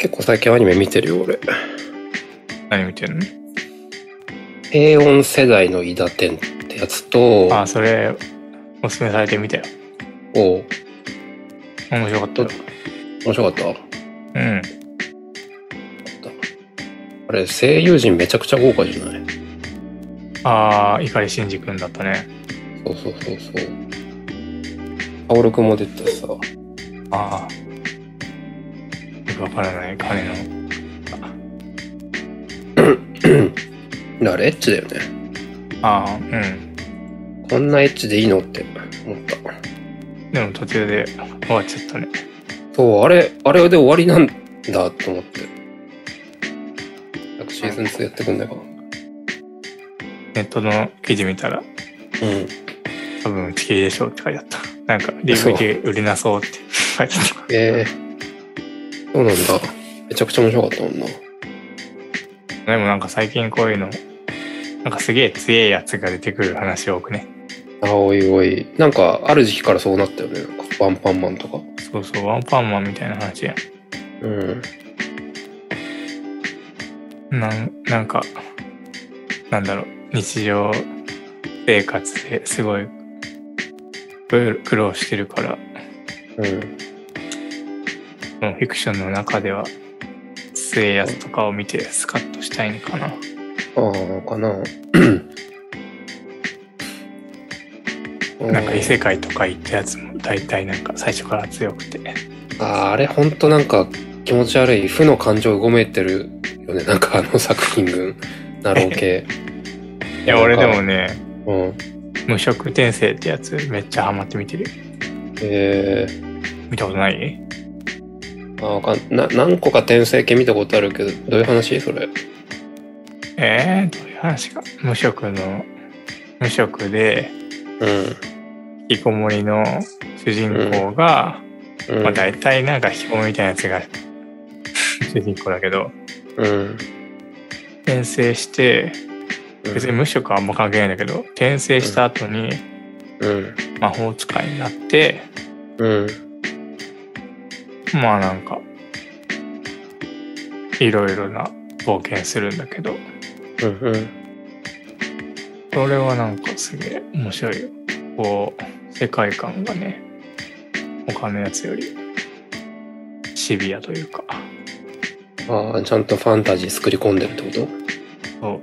結構最近アニメ見てるよ俺。 何見てるの？ 平穏世代の伊達天ってやつと、 あ、それおすすめされてみたよ。 おう、 面白かったよ。 面白かった。 うん。 あれ声優陣めちゃくちゃ豪華じゃない？ ああ、碇シンジ君だったね。 そうそうそうそう。薫くんも出てたさ。 ああ、よくわからない金の。 あれエッチだよね。 ああ、うん。 こんなエッチでいいのって思った。 でも途中で終わっちゃったね。 そう、あれで終わりなんだと思って。なんかシーズン2やってくんないかな。 ネットの記事見たら、 うん。 多分打ち切りでしょって書いてあった。なんか DVD 売れなそうって書いてあった。 そうなんだ。めちゃくちゃ面白かったもんな。 でもなんか最近こういうの、なんかすげえ強いやつが出てくる話多くね。 あ、おいおい。なんかある時期からそうなったよね。なんかワンパンマンとか。 そうそう、ワンパンマンみたいな話やん。 うん。 なんか、なんだろう、日常生活ですごい苦労してるから、 うん。 フィクションの中では強いやつとかを見てスカッとしたいのかな。 ああ、かな。 なんか異世界とか行ったやつも大体なんか最初から強くて。 あれほんとなんか気持ち悪い負の感情うごめいてるよね。なんかあの作品群、ナロー系。 いや、俺でもね、 うん。 無色転生ってやつめっちゃハマって見てる。見たことない？ 何個か転生系見たことあるけど、どういう話それ？ どういう話か。無色で、 うん。 引きこもりの主人公が、 うん、 まあ大体なんか引きこもりみたいなやつが主人公だけど、 うん。 転生して、別に無色はあんま関係ないんだけど、転生した後に、魔法使いになって、まあなんか、いろいろな冒険するんだけど、それはなんかすげえ面白いよ。こう、世界観がね、他のやつよりシビアというか。 ああ、ちゃんとファンタジー作り込んでるってこと？ そう。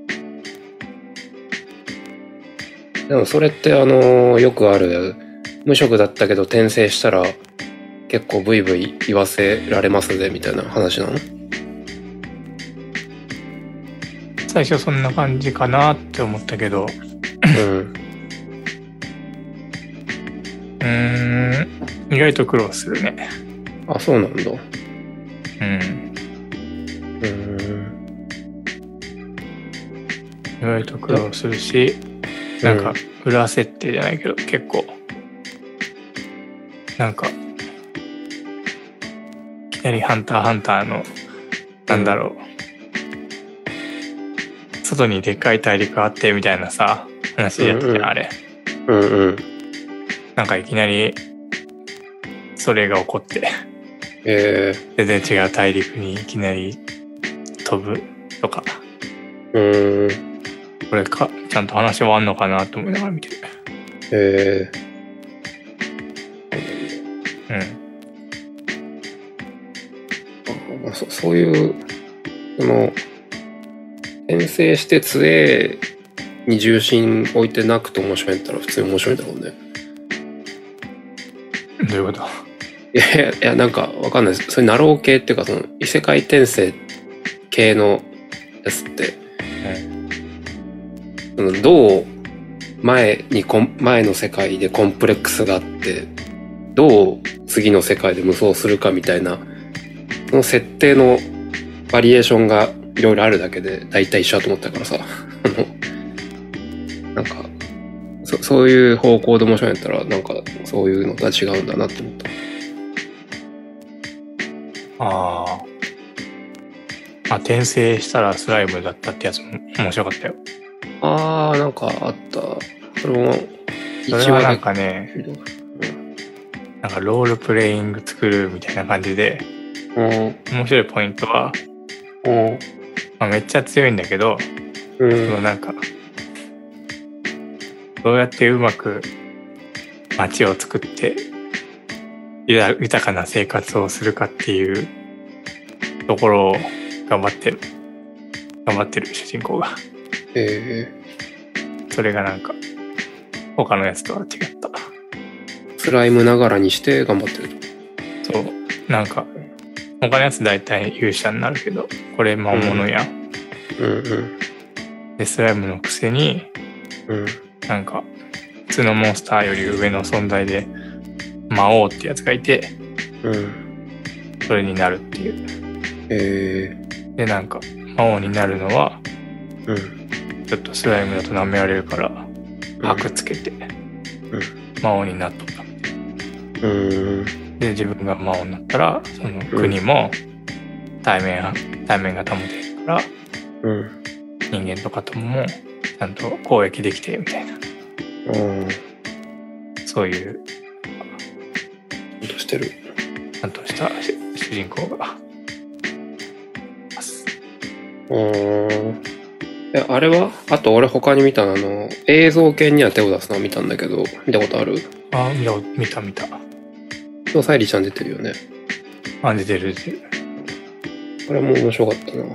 でもそれってよくある、無職だったけど転生したら結構ブイブイ言わせられますぜみたいな話なの？ 最初そんな感じかなって思ったけど、意外と苦労するね。 あ、そうなんだ。 意外と苦労するし、なんか裏設定じゃないけど結構なんかいきなりハンターハンターのなんだろう、外にでっかい大陸あってみたいなさ話やったじゃん、あれ。なんかいきなりそれが起こって、全然違う大陸にいきなり飛ぶとか。これかちゃんと話終わんのかなと思いながら見てる。 そういう転生して杖に重心置いてなくて面白いんだったら普通に面白いんだろうね。 どういうこと？ いやなんかわかんないです。それナロー系っていうかその異世界転生系のやつって、どう前の世界でコンプレックスがあってどう次の世界で無双するかみたいなその設定のバリエーションがいろいろあるだけで大体一緒だと思ったからさなんかそういう方向で面白いんやったらなんかそういうのが違うんだなって思った。 転生したらスライムだったってやつも面白かったよ。 なんかあった。それもそれはなんかね、なんかロールプレイング作るみたいな感じで、 面白いポイントは、めっちゃ強いんだけど、そのなんかどうやってうまく街を作って豊かな生活をするかっていうところを頑張ってる主人公が。それがなんか他のやつとは違った。 スライムながらにして頑張ってる。 そう、なんか他のやつ大体勇者になるけど、これ魔物や、でスライムのくせに、なんか普通のモンスターより上の存在で魔王ってやつがいて、それになるっていう。でなんか魔王になるのは、ちょっとスライムだと舐められるから箔つけて、魔王になっとったみたいな。で自分が魔王になったらその国も対面が保てるから、人間とかともちゃんと交易できてみたいな、そういうちゃんとしてる、 ちゃんとした主人公がます。 あれはあと俺他に見た映像系には手を出すのは見たんだけど、見たことある？ 見た。 今日沙莉ちゃん出てるよね。 出てる。 あれも面白かったな。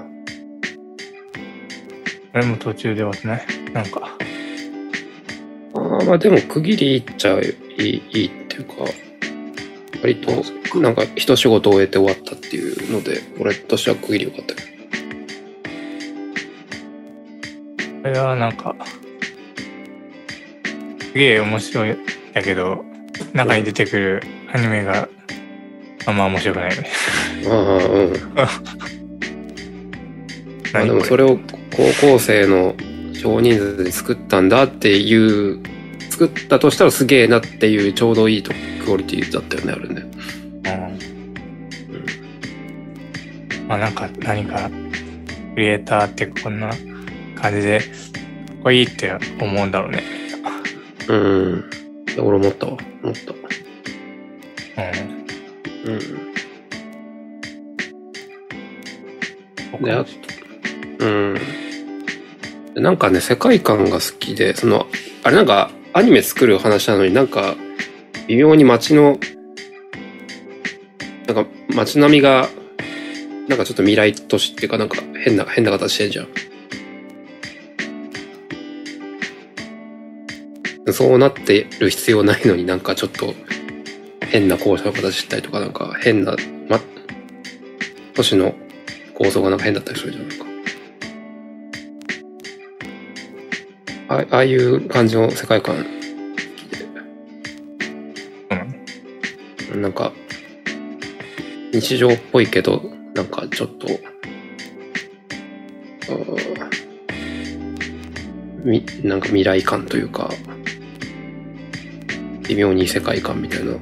あれも途中で終わってない？なんか。 まあでも区切りいっちゃいいっていうか、割となんか一仕事を終えて終わったっていうので、俺としては区切り良かったけど。 これはなんかすげえ面白いんだけど、中に出てくるアニメがあんま面白くないよね。 でもそれを高校生の少人数で作ったんだっていう、作ったとしたらすげえなっていうちょうどいいクオリティだったよね、あれね。 なんか何かクリエイターってこんな感じでかっこいいって思うんだろうね。 俺思ったわ。なんかね、世界観が好きで、あれなんかアニメ作る話なのになんか微妙に街並みがなんかちょっと未来都市っていうかなんか変な形してんじゃん。そうなってる必要ないのになんかちょっと変な校舎の形したりとかなんか変な、都市の構造がなんか変だったりするじゃないか。ああいう感じの世界観好きで。なんか日常っぽいけどなんかちょっとなんか未来感というか微妙に世界観みたいな、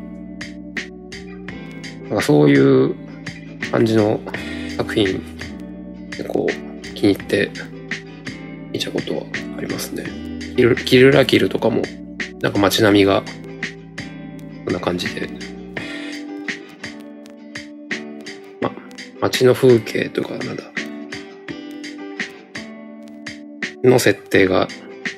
なんかそういう感じの作品でこう気に入って見たことはありますね。キルラキルとかもなんか街並みがこんな感じで、街の風景とかなんだの設定が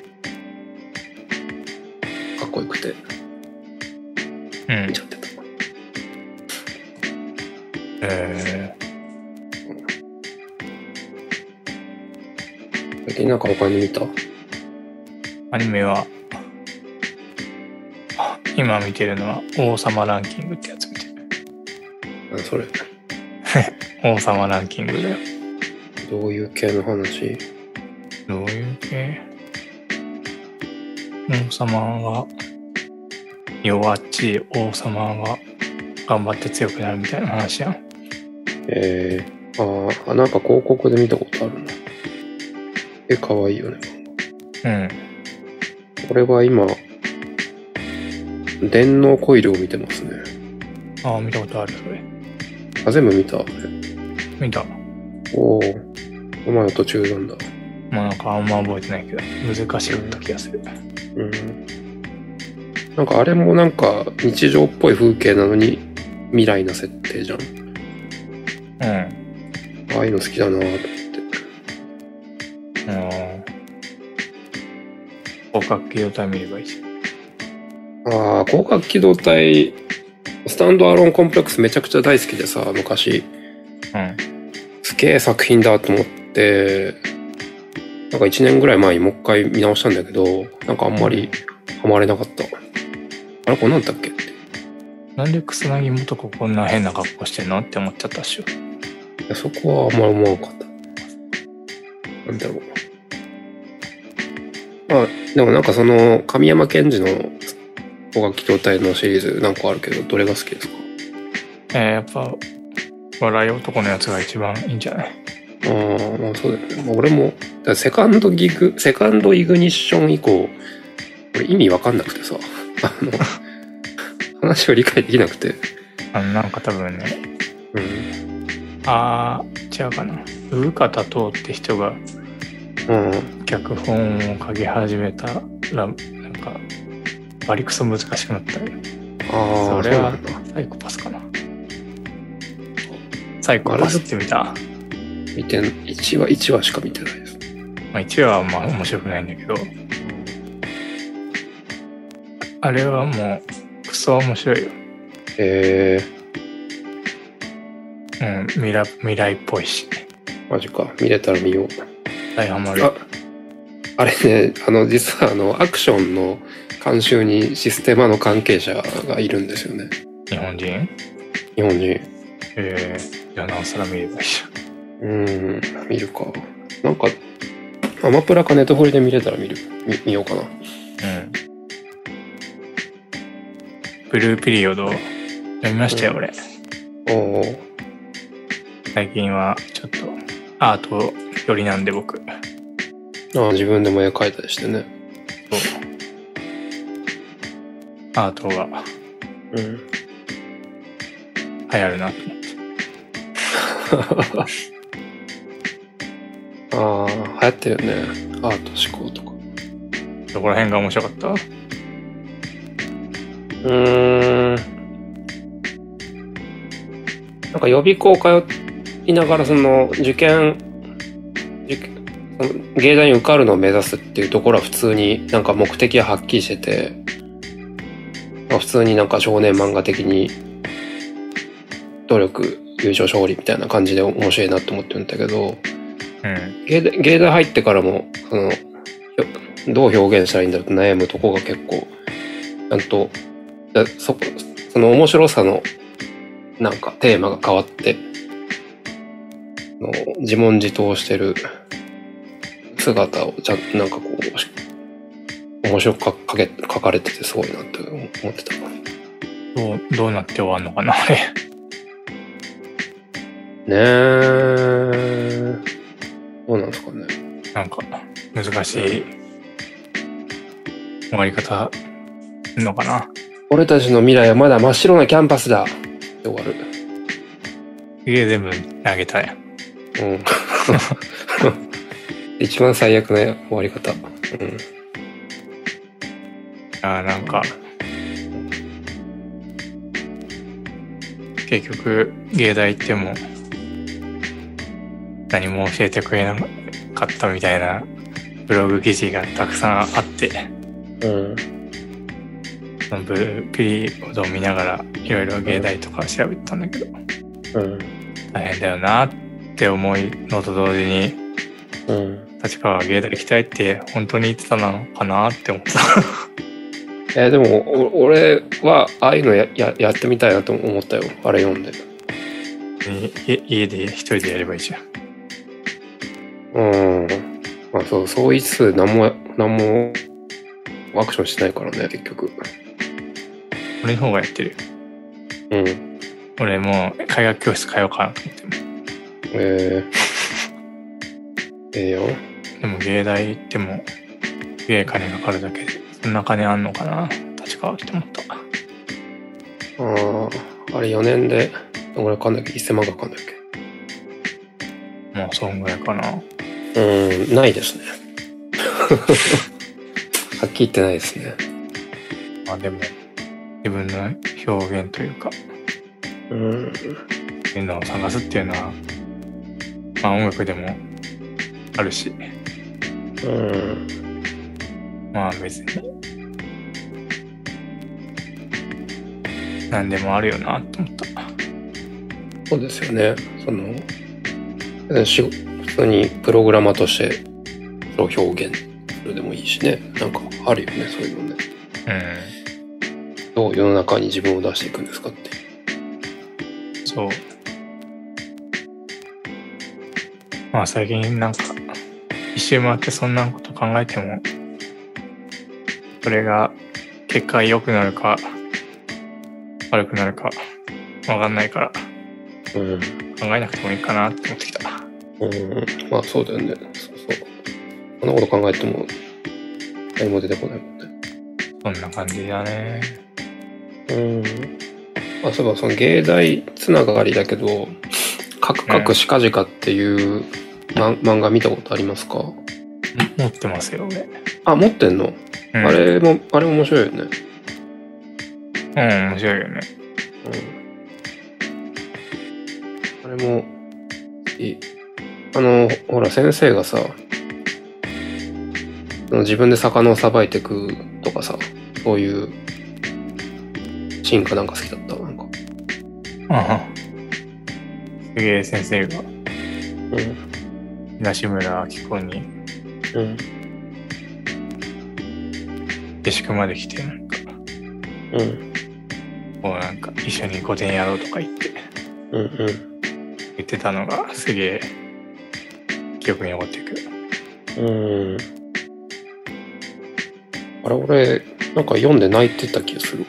かっこよくて見ちゃってた。最近なんか他に見た？ アニメは今見てるのは王様ランキングってやつ見てる。 何それ？ 王様ランキングだよ。 どういう系の話？ どういう系？王様が弱っちい王様が頑張って強くなるみたいな話やん。 なんか広告で見たことあるな。かわいいよね。これは今電脳コイルを見てますね。 見たことあるそれ。 全部見た？ 見た。 お前は途中なんだ。 なんかあんま覚えてないけど難しかった気がする。 なんかあれもなんか日常っぽい風景なのに未来な設定じゃん。 うん。 ああいうの好きだなと思って。 広角機動隊見ればいいじああ、広角機動隊、スタンドアローンコンプレックスめちゃくちゃ大好きでさ、昔。 ゃん。うん。 すげえ作品だと思って、なんか1年ぐらい前にもう一回見直したんだけど、なんかあんまりハマれなかった。あれこれなんだっけって。 なんで草薙素子こんな変な格好してんのって思っちゃったっしょ。 いやそこはあんまり思わなかった。なんだろう。あ、でもなんかその、神山健二の広角機動隊のシリーズ何個あるけど、どれが好きですか？ やっぱ、笑い男のやつが一番いいんじゃない？ ああ、まあそうだよね。まあ、俺も、セカンドイグニッション以降、俺意味わかんなくてさ、話を理解できなくて。 なんか多分ね、 うん。 違うかな。生方斗って人が、脚本を書き始めたら、なんか、バリクソ難しくなったよ。それはサイコパスかな。サイコパスって見た？ 見て1話しか見てないです。 まあ1話はまあ面白くないんだけど、あれはもうクソ面白いよ。未来っぽいし。 マジか。見れたら見よう。 大ハマる。 あれね、実はアクションの監修にシステマの関係者がいるんですよね。 日本人。じゃあなおさら見ればいいじゃん。見るか。なんか、アマプラかネットフリで見れたら見ようかな。 ブルーピリオド読みましたよ、俺。最近はちょっとアート寄りなんで僕。 自分でも絵描いたりしてね。 そう。アートが流行るなと思って。 流行ってるよね。アート思考とか。 どこら辺が面白かった？ なんか予備校通いながらその芸大に受かるのを目指すっていうところは普通になんか目的ははっきりしてて、普通になんか少年漫画的に努力、優勝勝利みたいな感じで面白いなって思ってるんだけど、芸大入ってからもどう表現したらいいんだろうって悩むとこが結構ちゃんとその面白さのなんかテーマが変わって自問自答してる姿をなんかこう面白く書かれててすごいなって思ってた。 どうなって終わんのかなあれ。 ねえ、どうなんですかね。 なんか難しい終わり方するのかな。 俺たちの未来はまだ真っ白なキャンパスだって終わる。 全部投げたやん。 一番最悪な終わり方。 なんか結局芸大行っても何も教えてくれなかったみたいなブログ記事がたくさんあって、そのブルーピリオドを見ながらいろいろ芸大とか調べてたんだけど、大変だよなって思いのと同時に、立川は芸大行きたいって本当に言ってたのかなって思った。 でも俺はああいうの やってみたいなと思ったよ、あれ読んで。 家で一人でやればいいじゃん。 まあそう言いつつ何もアクションしてないからね結局。 俺の方がやってるよ。俺もう絵画教室通おうかなと思っても。 よ。 でも芸大行っても金かかるだけでそんな金あんのかな立川って思った。 あれ4年でどんぐらいかかんだっけ？1000万かかんだっけ？ もうそんぐらいかな。 ないですね。はっきり言ってないですね。 でも自分の表現というか、 いうのを探すっていうのは、まあ音楽でもあるし、まあ別に何でもあるよなと思った。 そうですよね。普通にプログラマーとしてそれを表現するでもいいしね。なんかあるよね、そういうのね。どう世の中に自分を出していくんですかって。 そう。まあ最近なんか一周回ってそんなこと考えても、それが結果良くなるか悪くなるか分かんないから、考えなくてもいいかなって思ってきた。 まあそうだよね。そう。そんなこと考えても何も出てこないもんね。 そんな感じだね。 あ、そういえばその芸大つながりだけど、カクカクシカジカっていう、漫画見たことありますか？ 持ってますよ、俺。 あ、持ってんの？あれ面白いよね。 面白いよね。 あれもいい。ほら先生がさ、自分で魚をさばいて食うとかさ、そういうシーンかなんか好きだった。なんか。 すげえ先生が。東村明子に。下宿まで来て、なんか。もうなんか一緒に個展やろうとか言って。言ってたのがすげえ記憶に残っていく。 あれ俺なんか読んで泣いてた気がする。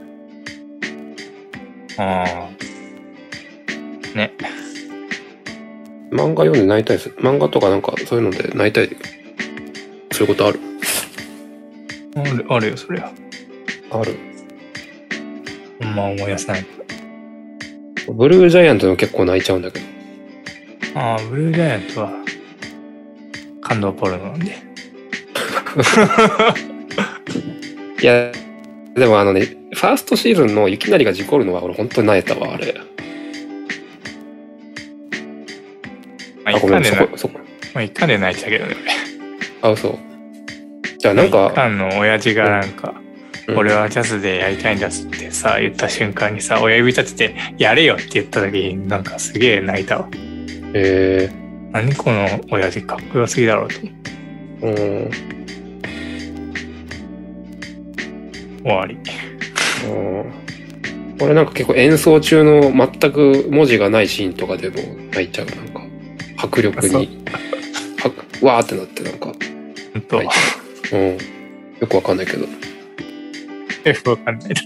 ね。 漫画読んで泣いたりする。漫画とかなんかそういうので泣いたりすることある？ あるよ、そりゃ。 ある。 ほんま思い出せない。 ブルージャイアントも結構泣いちゃうんだけど。 ブルージャイアントは感動ポルノなんで。 いや、でもファーストシーズンのいきなりが事故るのは俺本当に泣いたわ、あれ。 ごめん、そこ。一巻で泣いてたけどね、 俺。あ、そう。じゃあなんか。 一巻の親父がなんか、俺はジャズでやりたいんだってさ、言った瞬間にさ、親指立てて、やれよって言った時になんかすげえ泣いたわ。何この親父かっこよすぎだろうと思って。終わり。 俺なんか結構演奏中の全く文字がないシーンとかでも泣いちゃう。なんか迫力にわーってなってなんかよくわかんないけど。 よくわかんないです。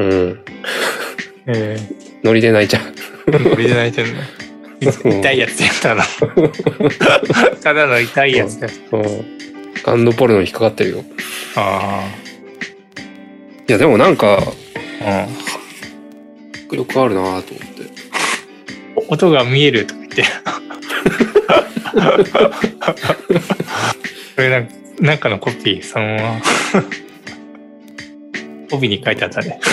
ノリで泣いちゃう。 ノリで泣いてるの。痛いやつやったな。ただの痛いやつだ。 感動ポルノに引っかかってるよ。いやでもなんか迫力あるなぁと思って。 音が見えるとか言って。これなんかのコピーそのまま帯に書いてあったね。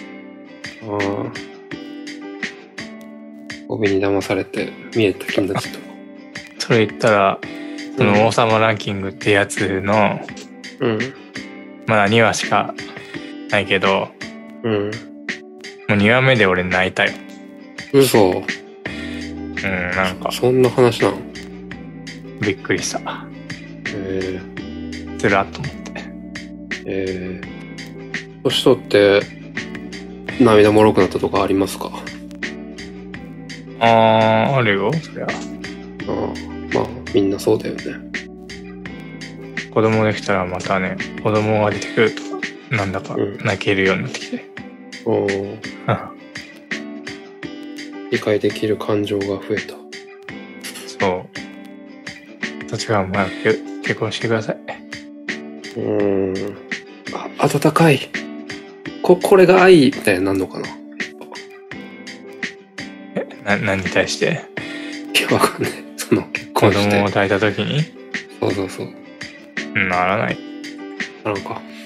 帯に騙されて見えた気になっちゃった。 それ言ったらその王様ランキングってやつの、まだ2話しかないけど、もう2話目で俺泣いたよ。 嘘。 なんかそんな話なの？ びっくりした。つらっと思って。 年取って涙もろくなったとかありますか？ あるよ、そりゃ。 まあみんなそうだよね。 子供できたらまたね、子供が出てくるとなんだか泣けるようになってきて。理解できる感情が増えた。 そう。そっちがもう結婚してください。 温かい。これが愛みたいになるのかな。 何に対して？ いや、わかんない。その結婚して。 子供を抱いたときに？ そう。 ならない。 ならんか。